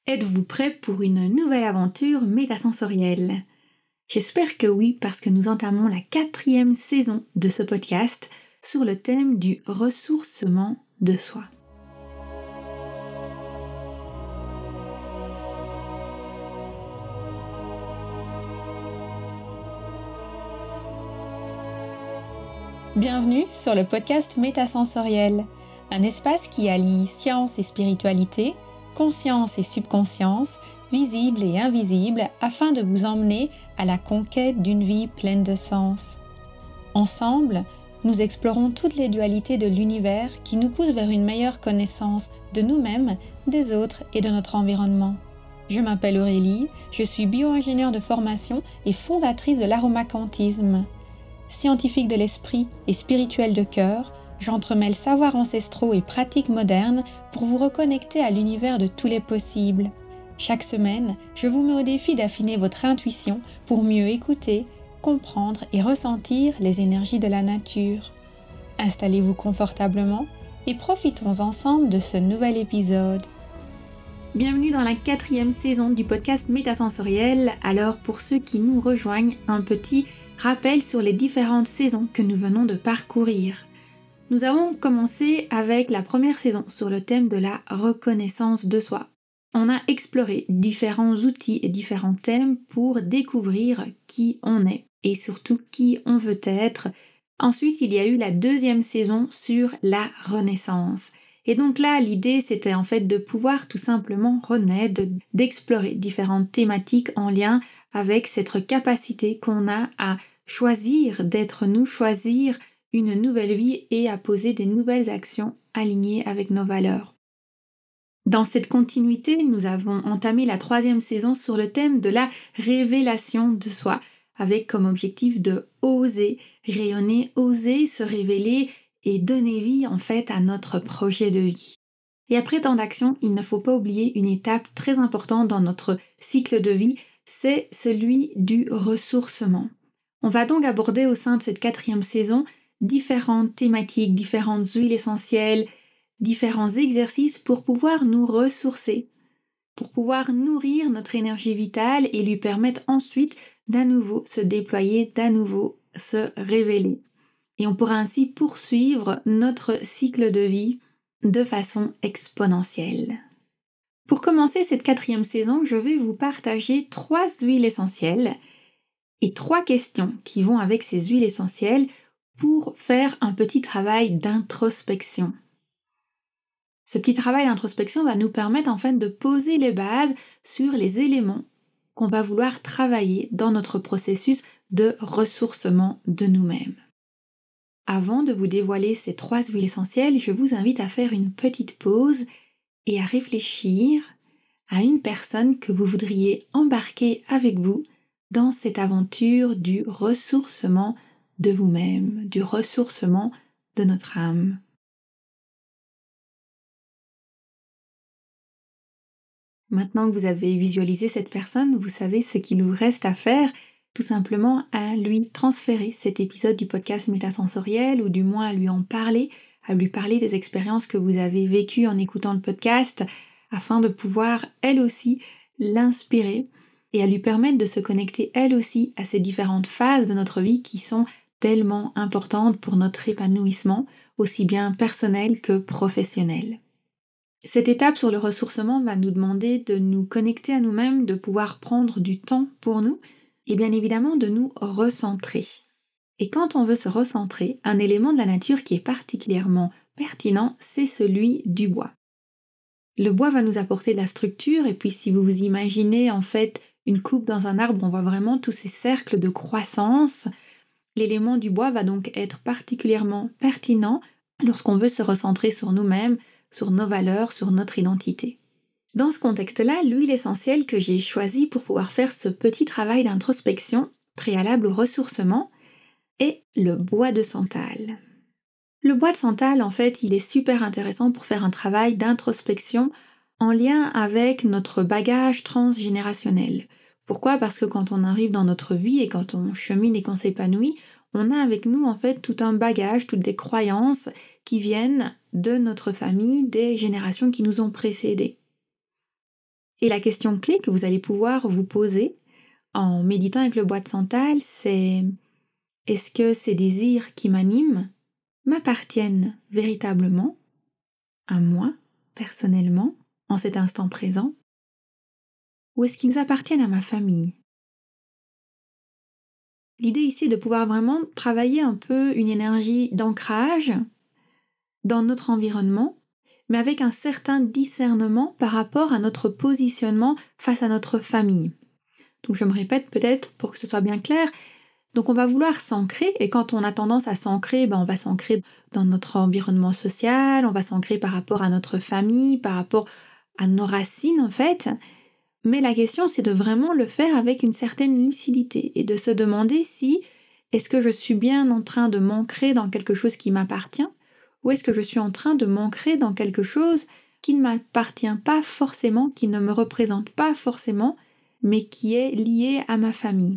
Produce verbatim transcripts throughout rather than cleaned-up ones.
Êtes-vous prêt pour une nouvelle aventure métasensorielle? J'espère que oui, parce que nous entamons la quatrième saison de ce podcast sur le thème du ressourcement de soi. Bienvenue sur le podcast Métasensoriel, un espace qui allie science et spiritualité, conscience et subconscience, visible et invisible, afin de vous emmener à la conquête d'une vie pleine de sens. Ensemble, nous explorons toutes les dualités de l'univers qui nous poussent vers une meilleure connaissance de nous-mêmes, des autres et de notre environnement. Je m'appelle Aurélie, je suis bio-ingénieure de formation et fondatrice de l'aromacantisme. Scientifique de l'esprit et spirituel de cœur, j'entremêle savoirs ancestraux et pratiques modernes pour vous reconnecter à l'univers de tous les possibles. Chaque semaine, je vous mets au défi d'affiner votre intuition pour mieux écouter, comprendre et ressentir les énergies de la nature. Installez-vous confortablement et profitons ensemble de ce nouvel épisode. Bienvenue dans la quatrième saison du podcast Métasensoriel. Alors pour ceux qui nous rejoignent, un petit rappel sur les différentes saisons que nous venons de parcourir. Nous avons commencé avec la première saison sur le thème de la reconnaissance de soi. On a exploré différents outils et différents thèmes pour découvrir qui on est et surtout qui on veut être. Ensuite, il y a eu la deuxième saison sur la renaissance. Et donc là, l'idée, c'était en fait de pouvoir tout simplement renaître, d'explorer différentes thématiques en lien avec cette capacité qu'on a à choisir d'être nous, choisir une nouvelle vie et à poser des nouvelles actions alignées avec nos valeurs. Dans cette continuité, nous avons entamé la troisième saison sur le thème de la révélation de soi, avec comme objectif de oser rayonner, oser se révéler et donner vie en fait à notre projet de vie. Et après tant d'actions, il ne faut pas oublier une étape très importante dans notre cycle de vie, c'est celui du ressourcement. On va donc aborder au sein de cette quatrième saison différentes thématiques, différentes huiles essentielles, différents exercices pour pouvoir nous ressourcer, pour pouvoir nourrir notre énergie vitale et lui permettre ensuite d'à nouveau se déployer, d'à nouveau se révéler. Et on pourra ainsi poursuivre notre cycle de vie de façon exponentielle. Pour commencer cette quatrième saison, je vais vous partager trois huiles essentielles et trois questions qui vont avec ces huiles essentielles pour faire un petit travail d'introspection. Ce petit travail d'introspection va nous permettre en fait de poser les bases sur les éléments qu'on va vouloir travailler dans notre processus de ressourcement de nous-mêmes. Avant de vous dévoiler ces trois huiles essentielles, je vous invite à faire une petite pause et à réfléchir à une personne que vous voudriez embarquer avec vous dans cette aventure du ressourcement de vous-même, du ressourcement de notre âme. Maintenant que vous avez visualisé cette personne, vous savez ce qu'il vous reste à faire, tout simplement à lui transférer cet épisode du podcast Métasensoriel ou du moins à lui en parler, à lui parler des expériences que vous avez vécues en écoutant le podcast afin de pouvoir elle aussi l'inspirer et à lui permettre de se connecter elle aussi à ces différentes phases de notre vie qui sont tellement importantes pour notre épanouissement, aussi bien personnel que professionnel. Cette étape sur le ressourcement va nous demander de nous connecter à nous-mêmes, de pouvoir prendre du temps pour nous et bien évidemment de nous recentrer. Et quand on veut se recentrer, un élément de la nature qui est particulièrement pertinent, c'est celui du bois. Le bois va nous apporter de la structure et puis si vous vous imaginez en fait une coupe dans un arbre, on voit vraiment tous ces cercles de croissance. L'élément du bois va donc être particulièrement pertinent lorsqu'on veut se recentrer sur nous-mêmes, sur nos valeurs, sur notre identité. Dans ce contexte-là, l'huile essentielle que j'ai choisie pour pouvoir faire ce petit travail d'introspection préalable au ressourcement est le bois de santal. Le bois de santal, en fait, il est super intéressant pour faire un travail d'introspection en lien avec notre bagage transgénérationnel. Pourquoi ? Parce que quand on arrive dans notre vie et quand on chemine et qu'on s'épanouit, on a avec nous en fait tout un bagage, toutes des croyances qui viennent de notre famille, des générations qui nous ont précédés. Et la question clé que vous allez pouvoir vous poser en méditant avec le bois de santal, c'est est-ce que ces désirs qui m'animent m'appartiennent véritablement à moi, personnellement, en cet instant présent, ou est-ce qu'ils appartiennent à ma famille? L'idée ici est de pouvoir vraiment travailler un peu une énergie d'ancrage dans notre environnement, mais avec un certain discernement par rapport à notre positionnement face à notre famille. Donc je me répète peut-être pour que ce soit bien clair. Donc on va vouloir s'ancrer, et quand on a tendance à s'ancrer, ben on va s'ancrer dans notre environnement social, on va s'ancrer par rapport à notre famille, par rapport à nos racines en fait. Mais la question c'est de vraiment le faire avec une certaine lucidité et de se demander si est-ce que je suis bien en train de m'ancrer dans quelque chose qui m'appartient, ou est-ce que je suis en train de m'ancrer dans quelque chose qui ne m'appartient pas forcément, qui ne me représente pas forcément, mais qui est lié à ma famille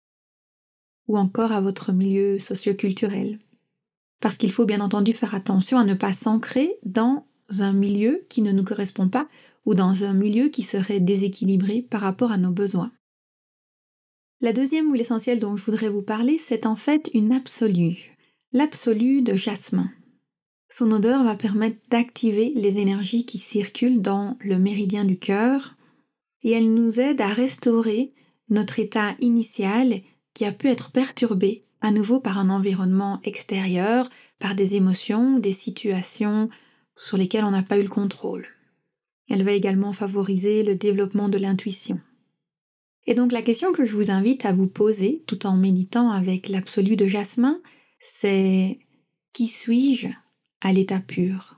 ou encore à votre milieu socio-culturel. Parce qu'il faut bien entendu faire attention à ne pas s'ancrer dans un milieu qui ne nous correspond pas ou dans un milieu qui serait déséquilibré par rapport à nos besoins. La deuxième huile essentielle dont je voudrais vous parler, c'est en fait une absolue, l'absolu de jasmin. Son odeur va permettre d'activer les énergies qui circulent dans le méridien du cœur et elle nous aide à restaurer notre état initial qui a pu être perturbé à nouveau par un environnement extérieur, par des émotions, des situations sur lesquelles on n'a pas eu le contrôle. Elle va également favoriser le développement de l'intuition. Et donc la question que je vous invite à vous poser, tout en méditant avec l'absolu de jasmin, c'est qui suis-je à l'état pur?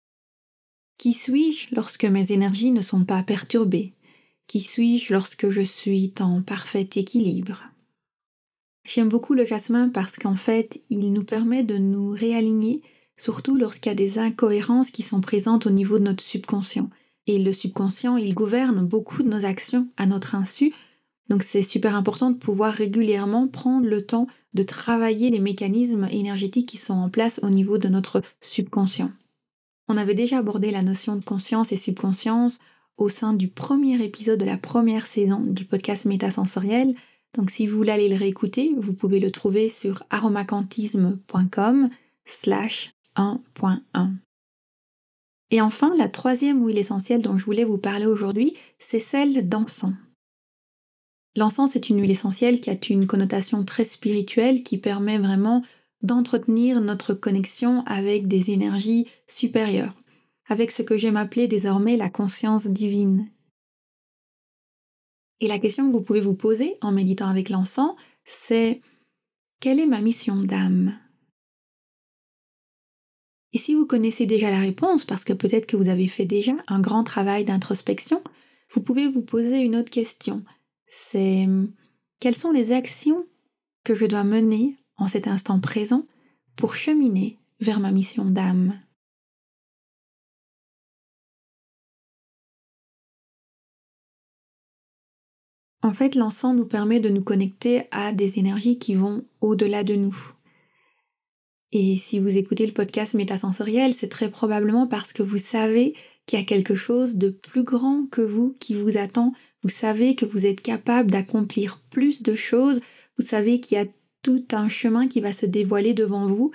Qui suis-je lorsque mes énergies ne sont pas perturbées? Qui suis-je lorsque je suis en parfait équilibre? J'aime beaucoup le jasmin parce qu'en fait, il nous permet de nous réaligner, surtout lorsqu'il y a des incohérences qui sont présentes au niveau de notre subconscient. Et le subconscient, il gouverne beaucoup de nos actions à notre insu, donc c'est super important de pouvoir régulièrement prendre le temps de travailler les mécanismes énergétiques qui sont en place au niveau de notre subconscient. On avait déjà abordé la notion de conscience et subconscience au sein du premier épisode de la première saison du podcast Métasensoriel. Donc si vous voulez aller le réécouter, vous pouvez le trouver sur aromacantisme.com slash un point un. Et enfin, la troisième huile essentielle dont je voulais vous parler aujourd'hui, c'est celle d'encens. L'encens est une huile essentielle qui a une connotation très spirituelle qui permet vraiment d'entretenir notre connexion avec des énergies supérieures, avec ce que j'aime appeler désormais la conscience divine. Et la question que vous pouvez vous poser en méditant avec l'encens, c'est quelle est ma mission d'âme? Et si vous connaissez déjà la réponse, parce que peut-être que vous avez fait déjà un grand travail d'introspection, vous pouvez vous poser une autre question. C'est quelles sont les actions que je dois mener en cet instant présent pour cheminer vers ma mission d'âme? En fait, l'encens nous permet de nous connecter à des énergies qui vont au-delà de nous. Et si vous écoutez le podcast Métasensoriel, c'est très probablement parce que vous savez qu'il y a quelque chose de plus grand que vous qui vous attend. Vous savez que vous êtes capable d'accomplir plus de choses. Vous savez qu'il y a tout un chemin qui va se dévoiler devant vous.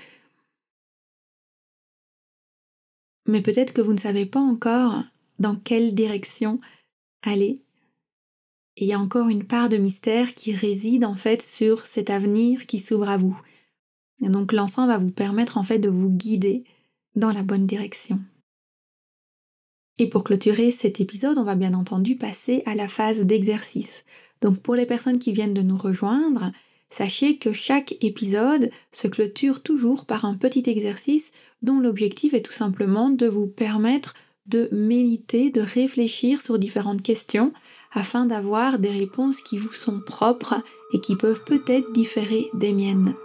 Mais peut-être que vous ne savez pas encore dans quelle direction aller. Et il y a encore une part de mystère qui réside en fait sur cet avenir qui s'ouvre à vous. Et donc l'encens va vous permettre en fait de vous guider dans la bonne direction. Et pour clôturer cet épisode, on va bien entendu passer à la phase d'exercice. Donc pour les personnes qui viennent de nous rejoindre, sachez que chaque épisode se clôture toujours par un petit exercice dont l'objectif est tout simplement de vous permettre de méditer, de réfléchir sur différentes questions afin d'avoir des réponses qui vous sont propres et qui peuvent peut-être différer des miennes.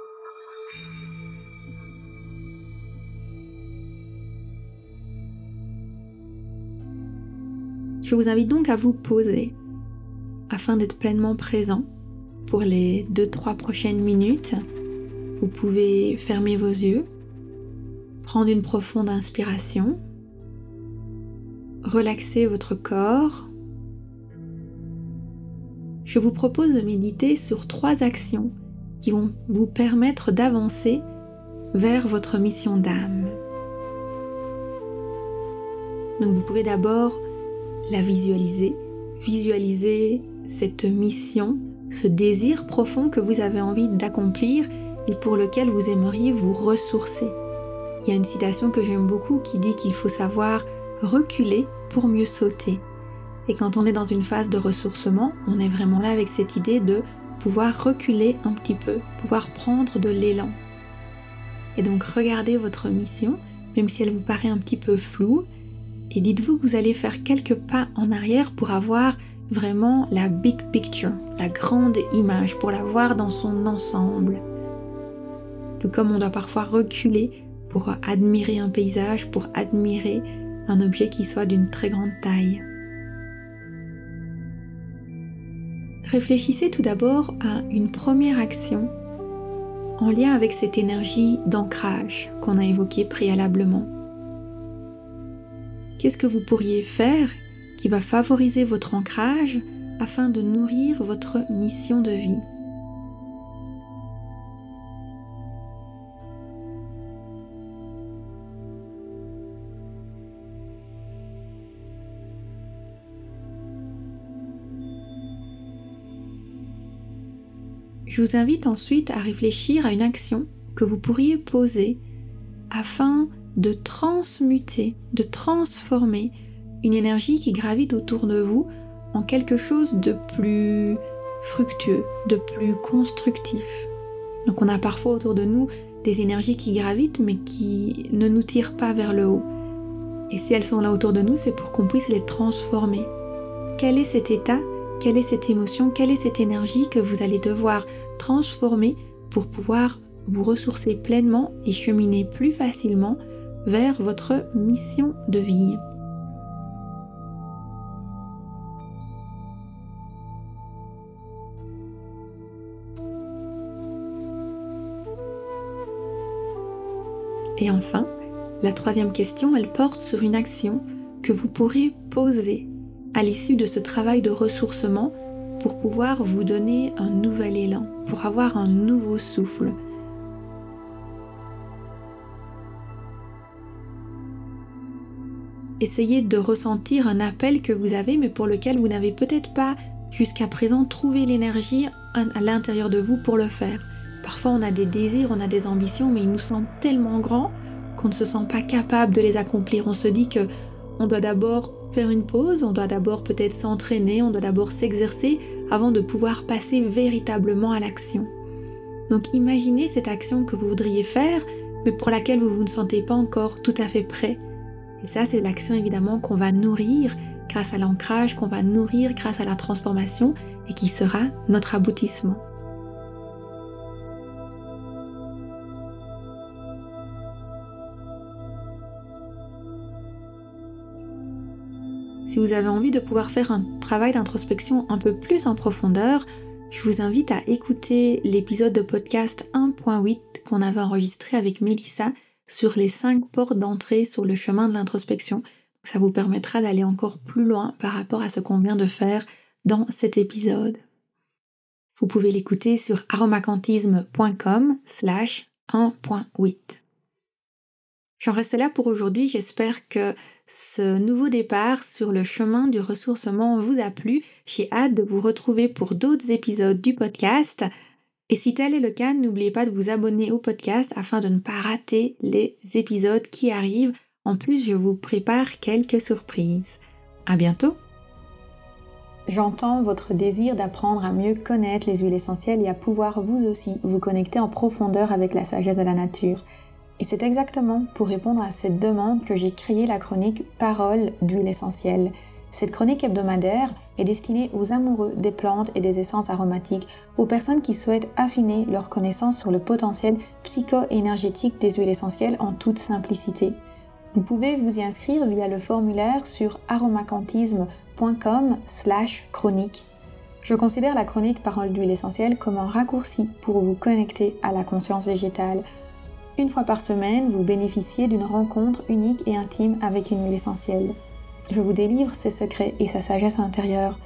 Je vous invite donc à vous poser afin d'être pleinement présent pour les deux trois prochaines minutes. Vous pouvez fermer vos yeux, prendre une profonde inspiration, relaxer votre corps je vous propose de méditer sur trois actions qui vont vous permettre d'avancer vers votre mission d'âme. Donc vous pouvez d'abord la visualiser, visualiser cette mission, ce désir profond que vous avez envie d'accomplir et pour lequel vous aimeriez vous ressourcer. Il y a une citation que j'aime beaucoup qui dit qu'il faut savoir reculer pour mieux sauter. Et quand on est dans une phase de ressourcement, on est vraiment là avec cette idée de pouvoir reculer un petit peu, pouvoir prendre de l'élan. Et donc regardez votre mission, même si elle vous paraît un petit peu floue, et dites-vous que vous allez faire quelques pas en arrière pour avoir vraiment la big picture, la grande image, pour la voir dans son ensemble. Tout comme on doit parfois reculer pour admirer un paysage, pour admirer un objet qui soit d'une très grande taille. Réfléchissez tout d'abord à une première action en lien avec cette énergie d'ancrage qu'on a évoquée préalablement. Qu'est-ce que vous pourriez faire qui va favoriser votre ancrage afin de nourrir votre mission de vie ? Je vous invite ensuite à réfléchir à une action que vous pourriez poser afin de transmuter, de transformer une énergie qui gravite autour de vous en quelque chose de plus fructueux, de plus constructif. Donc on a parfois autour de nous des énergies qui gravitent mais qui ne nous tirent pas vers le haut. Et si elles sont là autour de nous, c'est pour qu'on puisse les transformer. Quel est cet état ? Quelle est cette émotion, quelle est cette énergie que vous allez devoir transformer pour pouvoir vous ressourcer pleinement et cheminer plus facilement vers votre mission de vie. Et enfin, la troisième question, elle porte sur une action que vous pourrez poser à l'issue de ce travail de ressourcement pour pouvoir vous donner un nouvel élan, pour avoir un nouveau souffle. Essayez de ressentir un appel que vous avez mais pour lequel vous n'avez peut-être pas jusqu'à présent trouvé l'énergie à l'intérieur de vous pour le faire. Parfois on a des désirs, on a des ambitions mais ils nous semblent tellement grands qu'on ne se sent pas capable de les accomplir. On se dit que on doit d'abord faire une pause, on doit d'abord peut-être s'entraîner, on doit d'abord s'exercer avant de pouvoir passer véritablement à l'action. Donc imaginez cette action que vous voudriez faire, mais pour laquelle vous, vous ne sentez pas encore tout à fait prêt. Et ça, c'est l'action évidemment qu'on va nourrir grâce à l'ancrage, qu'on va nourrir grâce à la transformation et qui sera notre aboutissement. Si vous avez envie de pouvoir faire un travail d'introspection un peu plus en profondeur, je vous invite à écouter l'épisode de podcast un point huit qu'on avait enregistré avec Mélissa sur les cinq portes d'entrée sur le chemin de l'introspection. Ça vous permettra d'aller encore plus loin par rapport à ce qu'on vient de faire dans cet épisode. Vous pouvez l'écouter sur aromacantisme point com slash un point huit. J'en reste là pour aujourd'hui, j'espère que ce nouveau départ sur le chemin du ressourcement vous a plu. J'ai hâte de vous retrouver pour d'autres épisodes du podcast. Et si tel est le cas, n'oubliez pas de vous abonner au podcast afin de ne pas rater les épisodes qui arrivent. En plus, je vous prépare quelques surprises. À bientôt! J'entends votre désir d'apprendre à mieux connaître les huiles essentielles et à pouvoir vous aussi vous connecter en profondeur avec la sagesse de la nature. Et c'est exactement pour répondre à cette demande que j'ai créé la chronique Paroles d'huile essentielle. Cette chronique hebdomadaire est destinée aux amoureux des plantes et des essences aromatiques, aux personnes qui souhaitent affiner leur connaissance sur le potentiel psycho-énergétique des huiles essentielles en toute simplicité. Vous pouvez vous y inscrire via le formulaire sur aromacantisme point com slash chronique. Je considère la chronique Paroles d'huile essentielle comme un raccourci pour vous connecter à la conscience végétale. Une fois par semaine, vous bénéficiez d'une rencontre unique et intime avec une huile essentielle. Je vous délivre ses secrets et sa sagesse intérieure.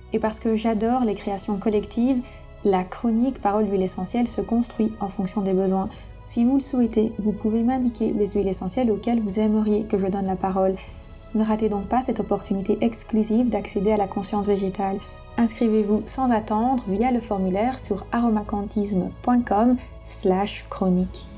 Et parce que j'adore les créations collectives, la chronique Parole d'huile essentielle se construit en fonction des besoins. Si vous le souhaitez, vous pouvez m'indiquer les huiles essentielles auxquelles vous aimeriez que je donne la parole. Ne ratez donc pas cette opportunité exclusive d'accéder à la conscience végétale. Inscrivez-vous sans attendre via le formulaire sur aromacantisme point com slash chronique.